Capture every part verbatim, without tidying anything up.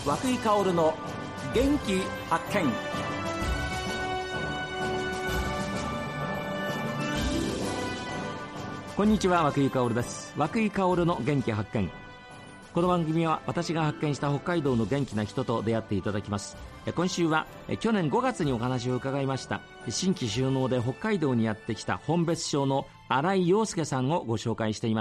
和久井薫の元気発見。こんにちは、和久井薫です。和久井薫の元気発見。この番組は私が発見した北海道の元気な人と出会っていただきます。今週は去年ごがつにお話を伺いました新規就農で北海道にやってきた本別町の新井陽介さんをご紹介しています。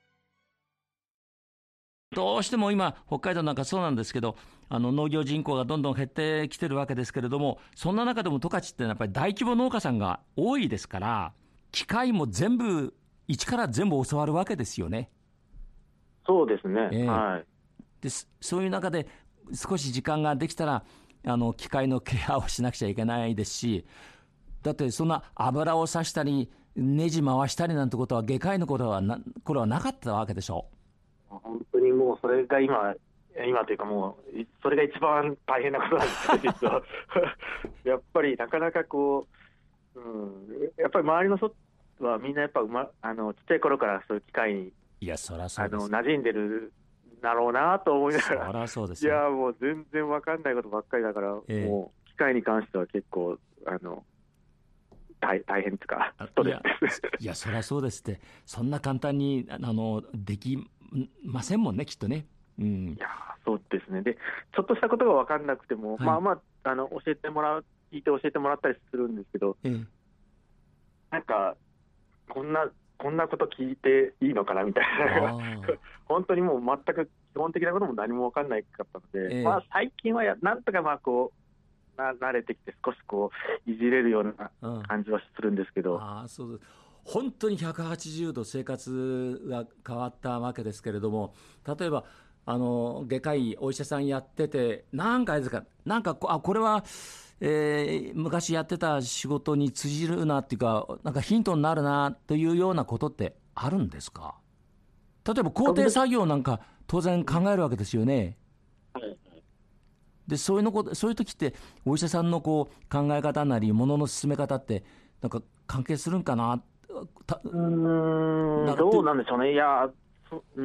どうしても今北海道なんかそうなんですけど、あの農業人口がどんどん減ってきてるわけですけれども、そんな中でも十勝ってやっぱり大規模農家さんが多いですから、機械も全部一から全部教わるわけですよね。 そうですね、 えーはい、 でそういう中で少し時間ができたらあの機械のケアをしなくちゃいけないですし、だってそんな油を刺したりネジ回したりなんてことは外科医の頃はなこれはなかったわけでしょ。 本当にもうそれが今、今というかもう、それが一番大変なことなんですよ、実は。やっぱりなかなかこう、うん、やっぱり周りの人はみんなやっぱ、ま、あのちっちゃい頃からそういう機械にいやそらそうです、 あの馴染んでるだろうなと思いながら、 そらそうですいよ。 やもう全然わかんないことばっかりだから、 ええ、 もう機械に関しては結構あの大, 大変というかストレスです。 いやそりゃそうですって、そんな簡単にあのできませんもんね、きっとね。うん、 いやそうですね。でちょっとしたことが分かんなくても、 はい、 まあまああの教えてもらう聞いて教えてもらったりするんですけど、 ええ、 なんかこんなこんなこと聞いていいのかなみたいな本当にもう全く基本的なことも何も分かんないかったので、 ええ、 まあ、最近はやなんとかまあこうな慣れてきて少しこういじれるような感じはするんですけど、 うん、あそうです。本当にひゃくはちじゅうど生活が変わったわけですけれども、例えばあの外科医お医者さんやってて何かですか、なんかこあこれは、えー、昔やってた仕事に通じるなっていうか、なんかヒントになるなというようなことってあるんですか。例えば工程作業なんか当然考えるわけですよね。でそういうのことそういう時ってお医者さんのこう考え方なりものの進め方ってなんか関係するんかな。たうーんどうなんでしょうね。いやそ、うん、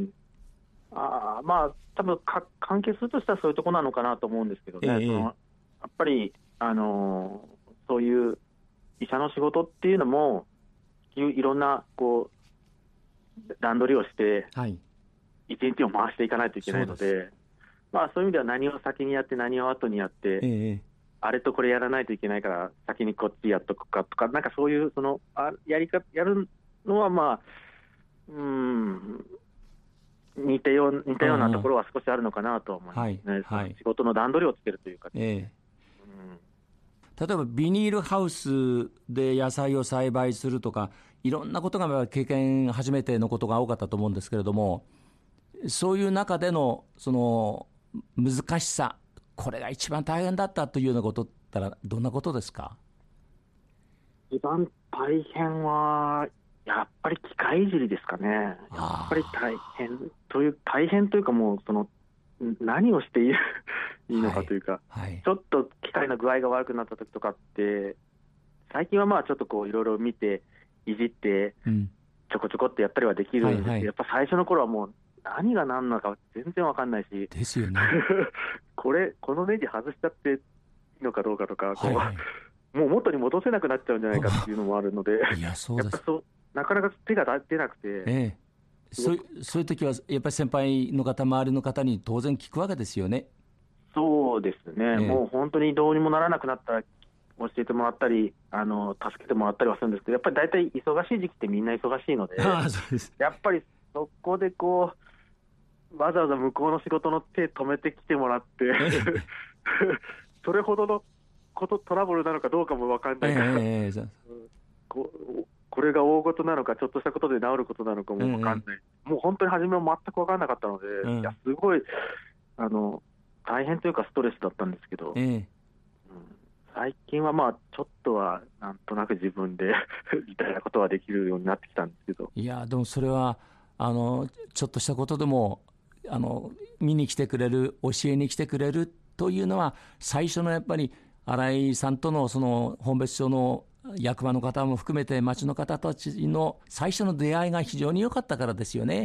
あまあ多分か関係するとしたらそういうところなのかなと思うんですけどね、 ええ、 そのやっぱり、あのーそういう医者の仕事っていうのもいいろんなこう段取りをしてはい、 一日を回していかないといけないので、そうまあ、そういう意味では何を先にやって何を後にやって、 ええ、 あれとこれやらないといけないから先にこっちやっとくかとか、なんかそういうそのあやり方やるのはまあうーん似たよう似たようなところは少しあるのかなと思いますね、 はいはい、 仕事の段取りをつけるというか、 ええ、 うん、 例えばビニールハウスで野菜を栽培するとかいろんなことが経験初めてのことが多かったと思うんですけれども、そういう中でのその難しさ、これが一番大変だったというようなことったらどんなことですか。 一番大変はやっぱり機械いじりですかね。やっぱり大変という大変というか、もうその何をしていいいいのかというか、 はいはい、 ちょっと機械の具合が悪くなった時とかって最近はまあちょっとこういろいろ見ていじってちょこちょこってやったりはできるんですけど、 はいはい、 やっぱ最初の頃はもう何が何なのか全然わかんないしですよねこれこのネジ外しちゃっていいのかどうかとか、こう、 はいはい、 もう元に戻せなくなっちゃうんじゃないかっていうのもあるのでいやそうです。 やっぱそうなかなか手が出なくて、 ええ、そうそういう時はやっぱり先輩の方周りの方に当然聞くわけですよね。 そうですね、 ええ、 もう本当にどうにもならなくなったら教えてもらったりあの助けてもらったりはするんですけど、やっぱり大体忙しい時期ってみんな忙しいのでああそうです。 やっぱりそこでこうわざわざ向こうの仕事の手止めてきてもらってそれほどのことトラブルなのかどうかも分かんないから、 ええええ、 こ, これが大事なのかちょっとしたことで治ることなのかも分かんない、うんうん、もう本当に初めは全く分からなかったので、うん、いやすごいあの大変というかストレスだったんですけど、ええ、うん、最近はまあちょっとはなんとなく自分でみたいなことはできるようになってきたんですけど、 いやでもそれはあのちょっとしたことでもあの見に来てくれる教えに来てくれるというのは最初のやっぱり新井さんとのその本別町の役場の方も含めて町の方たちの最初の出会いが非常に良かったからですよね。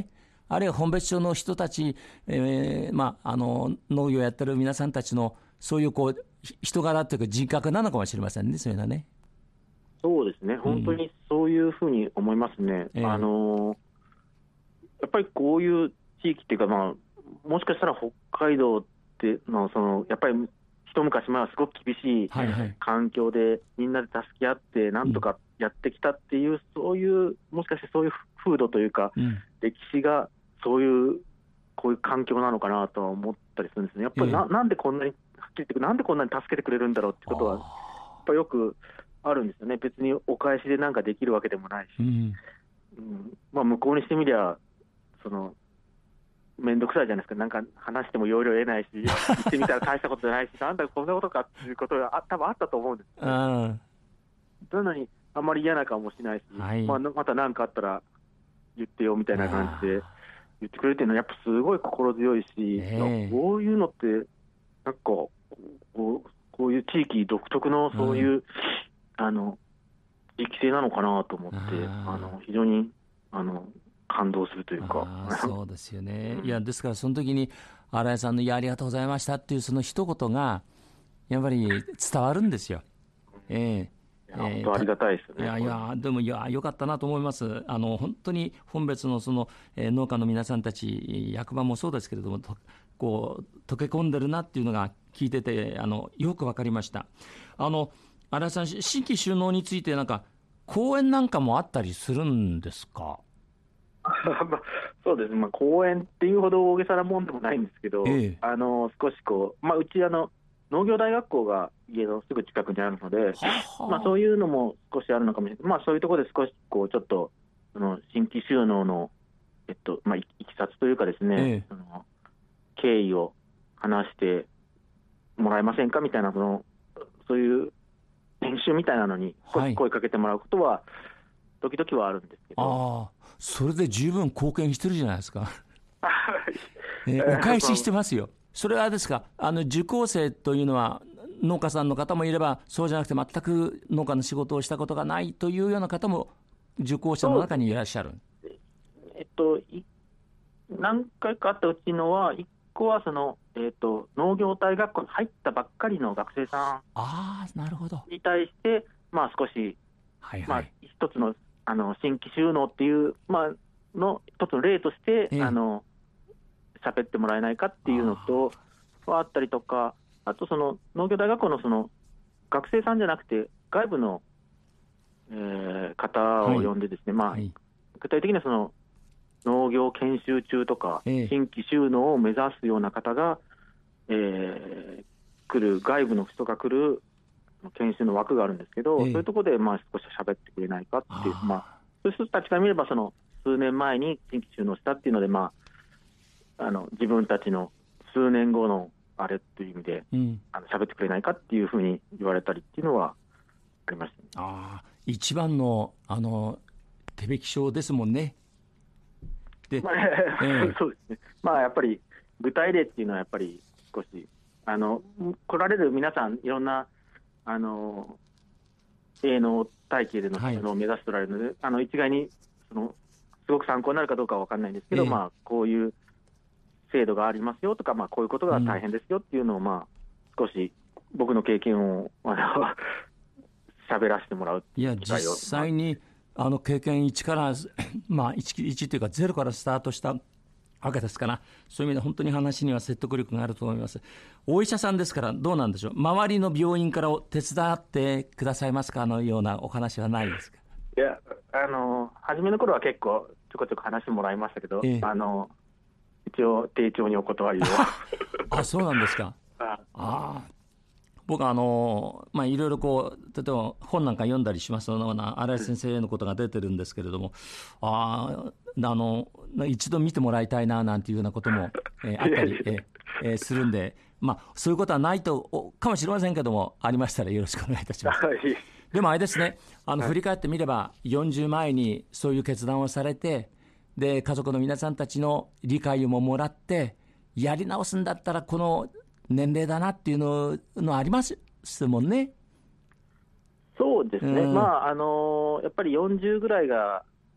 あるいは本別町の人たち、えーまあ、あの農業をやってる皆さんたちのそういうこう人柄というか人格なのかもしれませんね、そういうのはね。 そうですね、本当にそういうふうに思いますね。うん、あのやっぱりこういう地域っていうか、まあ、もしかしたら北海道ってのそのやっぱり一昔前はすごく厳しい環境でみんなで助け合ってなんとかやってきたっていう、うん、そういうもしかしてそういう風土というか、うん、歴史がそういうこういう環境なのかなとは思ったりするんですね。やっぱり な,、えー、なんでこんなにはっきり言ってなんでこんなに助けてくれるんだろうってことはやっぱよくあるんですよね。別にお返しでなんかできるわけでもないし、うんうんまあ、向こうにしてみりゃそのめんどくさいじゃないですか。なんか話しても要領得ないし言ってみたら大したことじゃないしなんだこんなことかっていうことがあ多分あったと思うんですよ、ね、なのにあまり嫌な顔もしないし、はいまあ、また何かあったら言ってよみたいな感じで言ってくれるっていうのはやっぱすごい心強いし、えー、こういうのってなんかこう、こういう地域独特のそういう、うん、あの地域性なのかなと思ってあの非常にあの感動するというか。 あそうですよね、うん、いやですからその時に新井さんのいやありがとうございましたっていうその一言がやっぱり伝わるんですよ、えー、いや本当ありがたいですよね。 いやいやでもいや良かったなと思います。あの本当に本別のその、えー、農家の皆さんたち役場もそうですけれどもこう溶け込んでるなっていうのが聞いててあのよく分かりました。あの新井さん新規就農についてなんか講演なんかもあったりするんですか？ そうですね、まあ、講演っていうほど大げさなもんでもないんですけど、ええ、あの少しこう、まあ、うちあの農業大学校が家のすぐ近くにあるので、ははまあ、そういうのも少しあるのかもしれない、まあ、そういうところで少しこうちょっとその新規就農の、えっとまあ、いきさつというかですね、ええ、その経緯を話してもらえませんかみたいなそのそういう研修みたいなのに少し声かけてもらうことは時々はあるんですけど、 はい、あそれで十分貢献してるじゃないですか、えー、お返ししてますよ。それはですか、あの受講生というのは農家さんの方もいればそうじゃなくて全く農家の仕事をしたことがないというような方も受講者の中にいらっしゃる。 えっと、何回かあったうちのはいっこはその、えっと、農業大学校に入ったばっかりの学生さんに対して、まあ、少し、はいはいまあ、一つのあの新規就農っていう、まあ、の一つの例として、ええ、あの喋ってもらえないかっていうのとはあったりとか、あとその農業大学校のその学生さんじゃなくて外部の、えー、方を呼んでですね、はいまあはい、具体的にはその農業研修中とか、ええ、新規就農を目指すような方が、えー、来る外部の人が来る研修の枠があるんですけど、ええ、そういうところでまあ少し喋ってくれないかっていう、あ、まあ、そういう人たちから見ればその数年前に新規就農したっていうので、まあ、あの自分たちの数年後のあれっていう意味で、うん、あの喋ってくれないかっていうふうに言われたりっていうのはありました、ね、 あ一番の、あの手引き書ですもんね。でまあえー、そうですね、まあ、やっぱり具体例っていうのはやっぱり少しあの来られる皆さんいろんなあの営農体系での就農を目指しておられるので、はい、あの一概にそのすごく参考になるかどうかは分からないんですけど、えーまあ、こういう制度がありますよとか、まあ、こういうことが大変ですよっていうのを、まあ、少し僕の経験を喋らせてもらうっていう機会を。いや実際にあの経験いちから、まあ、1, 1というかゼロからスタートしたわけですから、そういう意味で本当に話には説得力があると思います。お医者さんですからどうなんでしょう、周りの病院から手伝ってくださいますかのようなお話はないですか？ いやあの初めの頃は結構ちょこちょこ話してもらいましたけど、ええ、あの一応丁重にお断りをあそうなんですか。ああ僕はあの、まあ、いろいろこう例えば本なんか読んだりしますのな新井先生のことが出てるんですけれども、ああの一度見てもらいたいななんていうようなことも、えー、あったり、えーえー、するんで、まあ、そういうことはないとかもしれませんけども、ありましたらよろしくお願いいたします。でもあれですね、あの振り返ってみればよんじゅうまえにそういう決断をされて、で家族の皆さんたちの理解をももらってやり直すんだったらこの年齢だなっていうののありますもんね。 そうですね、うん、まああのやっぱりよんじゅうぐらいが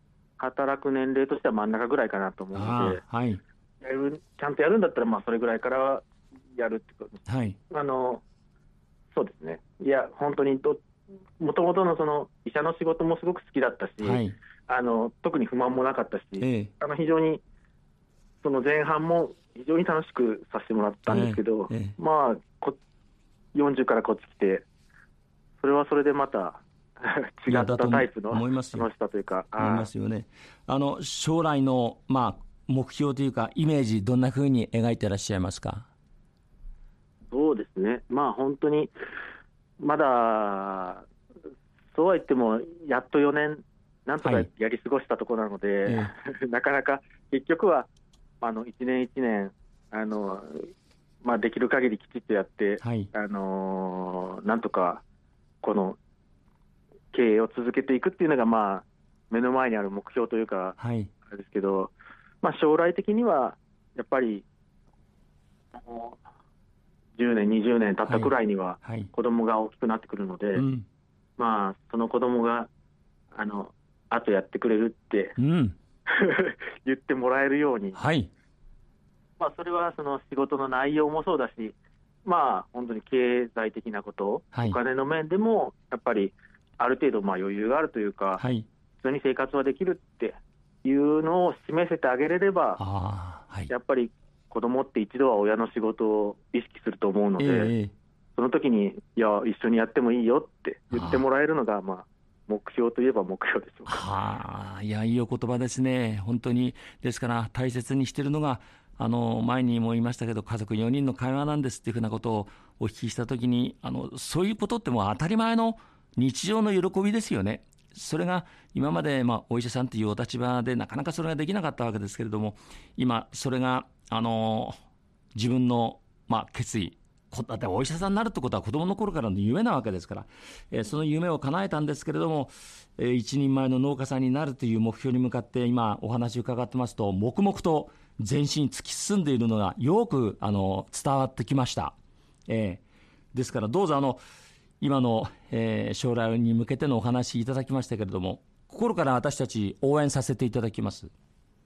働く年齢としては真ん中ぐらいかなと思うので、 はい、 やるちゃんとやるんだったら、まあ、それぐらいからやるってことです。 はい、 あのそうですね、いや、本当にどもともとのその医者の仕事もすごく好きだったし、はい、あの特に不満もなかったし、ええ、あの非常にその前半も非常に楽しくさせてもらったんですけど、えええ、まあ、こよんじゅうからこっち来て、それはそれでまた違ったタイプの楽しさというか、 思いますよね。あの将来の、まあ、目標というか、イメージ、どんなふうに描いていらっしゃいますか。 そうですね、まあ、本当にまだそうは言っても、やっとよねん、なんとかやり過ごしたところなので、はい、なかなか結局は、あのいちねんいちねん、あの、まあ、できる限りきちっとやって、はい、あのなんとかこの経営を続けていくっていうのが、まあ、目の前にある目標というか、はい、あれですけど、まあ、将来的にはやっぱり、あのじゅうねん、にじゅうねん経ったくらいには、はいはい、子供が大きくなってくるので、うん、まあ、その子供があのあとやってくれるって、うん、言ってもらえるように、はい、まあ、それはその仕事の内容もそうだし、まあ、本当に経済的なこと、はい、お金の面でもやっぱりある程度まあ余裕があるというか、はい、普通に生活はできるっていうのを示せてあげれれば、あ、はい、やっぱり子供って一度は親の仕事を意識すると思うので、えー、その時にいや一緒にやってもいいよって言ってもらえるのが、まあ、目標といえば目標でしょうか。 はあ、いや、いいお言葉ですね、本当に。ですから大切にしているのが、あの前にも言いましたけど、家族よにんの会話なんですっていうふうなことをお聞きしたときに、あのそういうことってもう当たり前の日常の喜びですよね。それが今まで、まあ、お医者さんというお立場でなかなかそれができなかったわけですけれども、今それがあの自分の、まあ、決意、だってお医者さんになるってことは子どもの頃からの夢なわけですから、えー、その夢を叶えたんですけれども、えー、一人前の農家さんになるという目標に向かって今お話を伺ってますと、黙々と前進突き進んでいるのがよくあの伝わってきました、えー、ですからどうぞあの今の、えー、将来に向けてのお話いただきましたけれども、心から私たち応援させていただきます。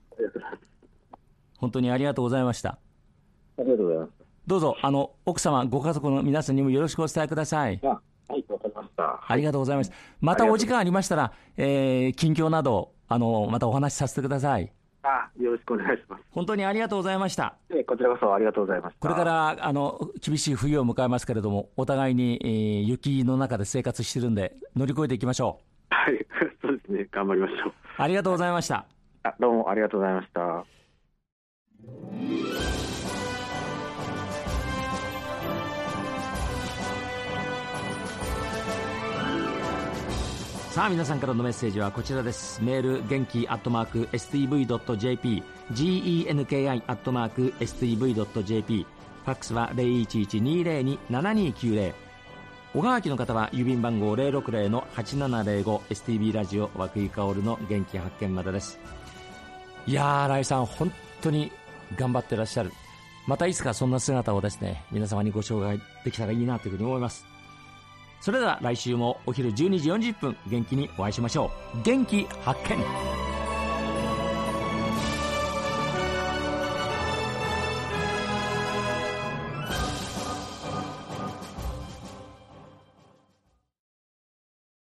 本当にありがとうございました。 ありがとうございます。 どうぞあの奥様ご家族の皆さんにもよろしくお伝えください。 あ、はい、わかりました。 ありがとうございます。またお時間ありましたら、えー、近況などあのまたお話しさせてください。 あ、よろしくお願いします。 本当にありがとうございました。 えこちらこそありがとうございました。 これからあの厳しい冬を迎えますけれども、お互いに、えー、雪の中で生活しているんで乗り越えていきましょう。はい、そうですね、頑張りましょう。 ありがとうございました。 あ、どうもありがとうございました。 さあ皆さんからのメッセージはこちらです。メール元気アットマーク エスティーブイドットジェーピー genki アットマーク エスティーブイドットジェーピー、 ファックスは ゼロいちいちにゼロに ななにきゅうゼロ、おはがきの方は郵便番号 ゼロろくゼロのはちななゼロご エスティービー ラジオ和久井薫の元気発見までです。いやー、新井さん本当に頑張ってらっしゃる。またいつかそんな姿をですね、皆様にご紹介できたらいいなというふうに思います。それでは来週もお昼じゅうにじよんじゅっぷん元気にお会いしましょう。元気発見。